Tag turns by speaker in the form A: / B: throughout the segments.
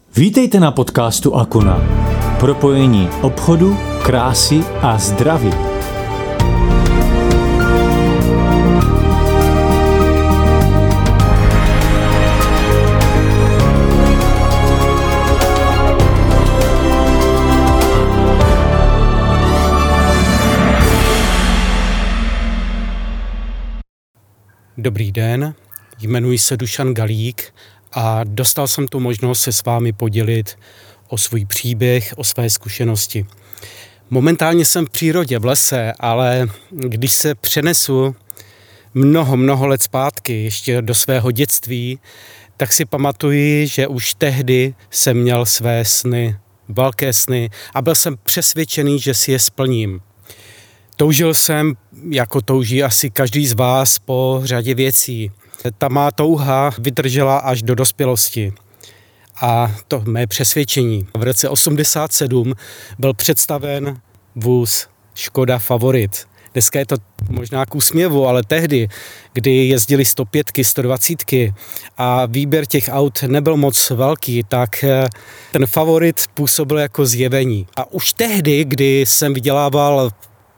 A: Vítejte na podcastu Akuna. Propojení obchodu, krásy a zdraví.
B: Dobrý den, jmenuji se Dušan Galík a dostal jsem tu možnost se s vámi podělit o svůj příběh, o své zkušenosti. Momentálně jsem v přírodě, v lese, ale když se přenesu mnoho let zpátky, ještě do svého dětství, tak si pamatuji, že už tehdy jsem měl své sny, velké sny a byl jsem přesvědčený, že si je splním. Toužil jsem, jako touží asi každý z vás, po řadě věcí. Ta má touha vydržela až do dospělosti. A to mé přesvědčení. V roce 1987 byl představen vůz Škoda Favorit. Dneska je to možná k úsměvu, ale tehdy, kdy jezdili 105, 120 a výběr těch aut nebyl moc velký, tak ten Favorit působil jako zjevení. A už tehdy, kdy jsem vydělával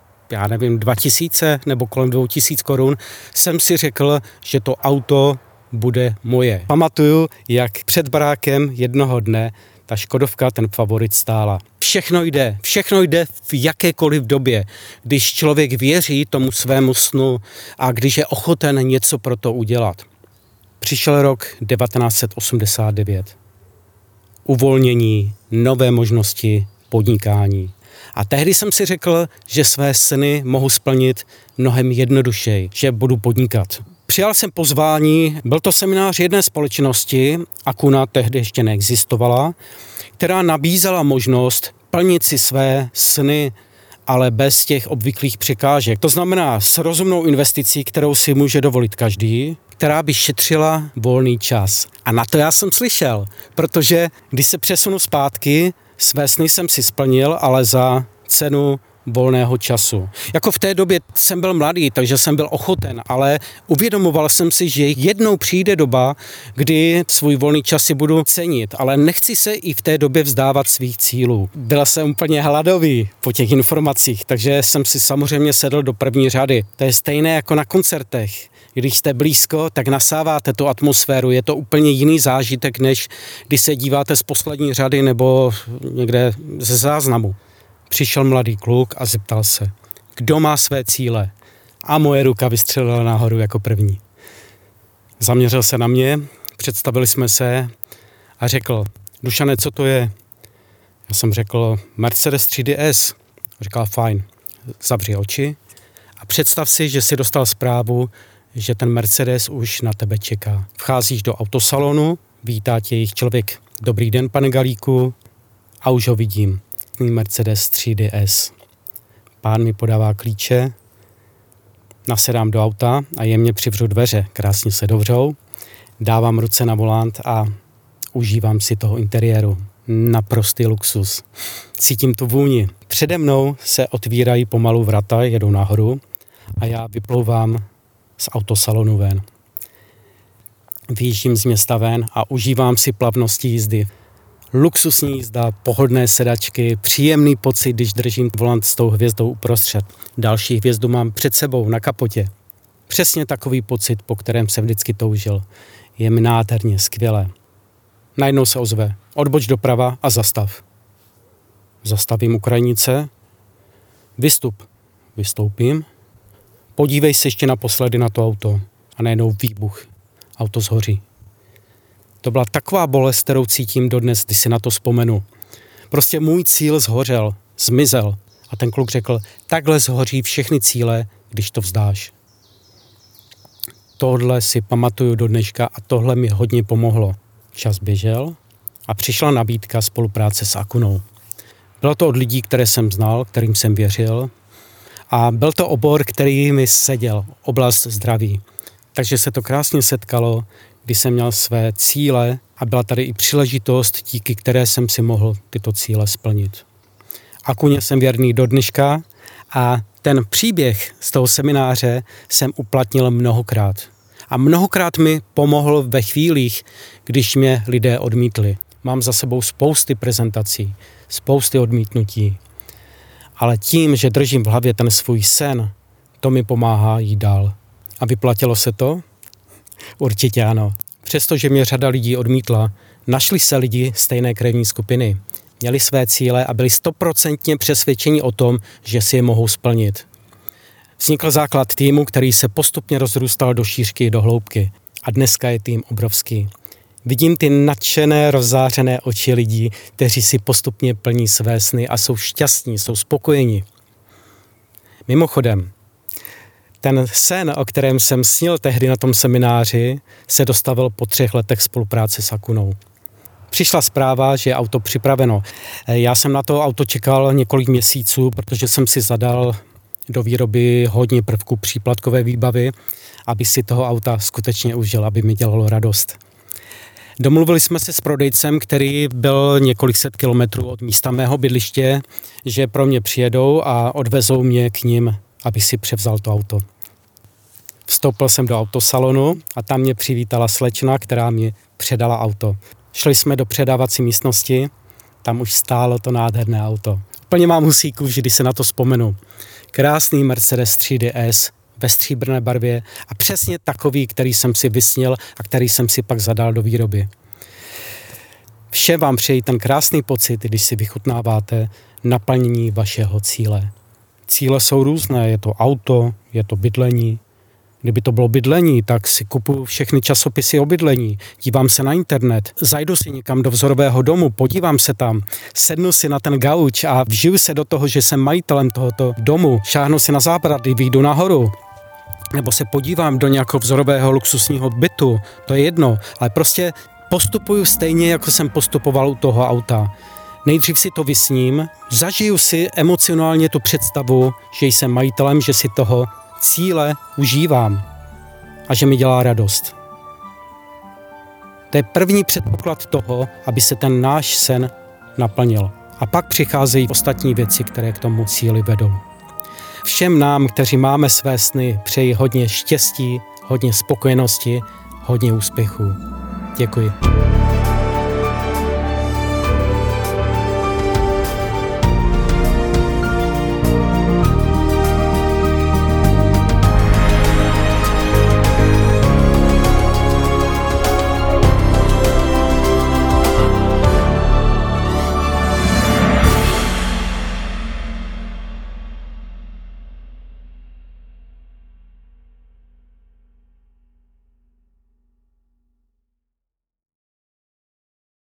B: 2000 nebo kolem 2000 korun, jsem si řekl, že to auto bude moje. Pamatuju, jak před barákem jednoho dne ta Škodovka, ten Favorit stála. Všechno jde v jakékoliv době, když člověk věří tomu svému snu a když je ochoten něco pro to udělat. Přišel rok 1989. Uvolnění, nové možnosti, podnikání. A tehdy jsem si řekl, že své sny mohu splnit mnohem jednodušeji, že budu podnikat. Přijal jsem pozvání, byl to seminář jedné společnosti, Akuna tehdy ještě neexistovala, která nabízela možnost plnit si své sny, ale bez těch obvyklých překážek. To znamená s rozumnou investicí, kterou si může dovolit každý, která by šetřila volný čas. A na to já jsem slyšel, protože když se přesunu zpátky, své sny jsem si splnil, ale za cenu volného času. Jako v té době jsem byl mladý, takže jsem byl ochoten, ale uvědomoval jsem si, že jednou přijde doba, kdy svůj volný čas si budu cenit, ale nechci se i v té době vzdávat svých cílů. Byl jsem úplně hladový po těch informacích, takže jsem si samozřejmě sedl do první řady. To je stejné jako na koncertech. Když jste blízko, tak nasáváte tu atmosféru. Je to úplně jiný zážitek, než když se díváte z poslední řady nebo někde ze záznamu. Přišel mladý kluk a zeptal se, kdo má své cíle? A moje ruka vystřelila nahoru jako první. Zaměřil se na mě, představili jsme se a řekl, Dušane, co to je? Já jsem řekl, Mercedes 3DS. Říkal, fajn, zavři oči a představ si, že si dostal zprávu, že ten Mercedes už na tebe čeká. Vcházíš do autosalonu, vítá tě jejich člověk. Dobrý den, pane Galíku. A už ho vidím. Mercedes 3DS. Pán mi podává klíče, nasedám do auta a jemně přivřu dveře. Krásně se dovřou. Dávám ruce na volant a užívám si toho interiéru. Naprostý luxus. Cítím tu vůni. Přede mnou se otvírají pomalu vrata, jedou nahoru a já vyplouvám z autosalonu ven. Vyjíždím z města ven a užívám si plavnosti jízdy. Luxusní jízda, pohodlné sedačky, příjemný pocit, když držím volant s tou hvězdou uprostřed. Další hvězdu mám před sebou na kapotě. Přesně takový pocit, po kterém jsem vždycky toužil. Je mi nádherně, skvělé. Najednou se ozve, odboč doprava a zastav. Zastavím u krajnice, vystoupím, podívej se ještě naposledy na to auto a najednou výbuch. Auto zhoří. To byla taková bolest, kterou cítím dodnes, když si na to vzpomenu. Prostě můj cíl zhořel, zmizel. A ten kluk řekl, takhle zhoří všechny cíle, když to vzdáš. Tohle si pamatuju do dneška a tohle mi hodně pomohlo. Čas běžel a přišla nabídka spolupráce s Akunou. Bylo to od lidí, které jsem znal, kterým jsem věřil. A byl to obor, který mi seděl, oblast zdraví. Takže se to krásně setkalo, kdy jsem měl své cíle a byla tady i příležitost, díky které jsem si mohl tyto cíle splnit. Akuně jsem věrný do dneška a ten příběh z toho semináře jsem uplatnil mnohokrát. A mnohokrát mi pomohl ve chvílích, když mě lidé odmítli. Mám za sebou spousty prezentací, spousty odmítnutí. Ale tím, že držím v hlavě ten svůj sen, to mi pomáhá jít dál. A vyplatilo se to? Určitě ano. Přestože mě řada lidí odmítla, našli se lidi stejné krevní skupiny. Měli své cíle a byli 100% přesvědčeni o tom, že si je mohou splnit. Vznikl základ týmu, který se postupně rozrůstal do šířky, do hloubky. A dneska je tým obrovský. Vidím ty nadšené, rozzářené oči lidí, kteří si postupně plní své sny a jsou šťastní, jsou spokojeni. Mimochodem, ten sen, o kterém jsem snil tehdy na tom semináři, se dostavil po 3 letech spolupráce s Akunou. Přišla zpráva, že je auto připraveno. Já jsem na to auto čekal několik měsíců, protože jsem si zadal do výroby hodně prvků příplatkové výbavy, aby si toho auta skutečně užil, aby mi dělalo radost. Domluvili jsme se s prodejcem, který byl několik set kilometrů od místa mého bydliště, že pro mě přijedou a odvezou mě k nim, aby si převzal to auto. Vstoupil jsem do autosalonu a tam mě přivítala slečna, která mi předala auto. Šli jsme do předávací místnosti, tam už stálo to nádherné auto. Úplně mám husíku, když se na to vzpomenu. Krásný Mercedes 3DS ve stříbrné barvě a přesně takový, který jsem si vysnil a který jsem si pak zadal do výroby. Všem vám přeji ten krásný pocit, když si vychutnáváte naplnění vašeho cíle. Cíle jsou různé, je to auto, je to bydlení. Kdyby to bylo bydlení, tak si kupuju všechny časopisy o bydlení, dívám se na internet, zajdu si někam do vzorového domu, podívám se tam, sednu si na ten gauč a vžiju se do toho, že jsem majitelem tohoto domu, šáhnu si na zábrady, vyjdu nahoru, nebo se podívám do nějakého vzorového luxusního bytu, to je jedno, ale prostě postupuju stejně, jako jsem postupoval u toho auta. Nejdřív si to vysním, zažiju si emocionálně tu představu, že jsem majitelem, že si toho cíle užívám a že mi dělá radost. To je první předpoklad toho, aby se ten náš sen naplnil. A pak přicházejí ostatní věci, které k tomu cíli vedou. Všem nám, kteří máme své sny, přeji hodně štěstí, hodně spokojenosti, hodně úspěchů. Děkuji.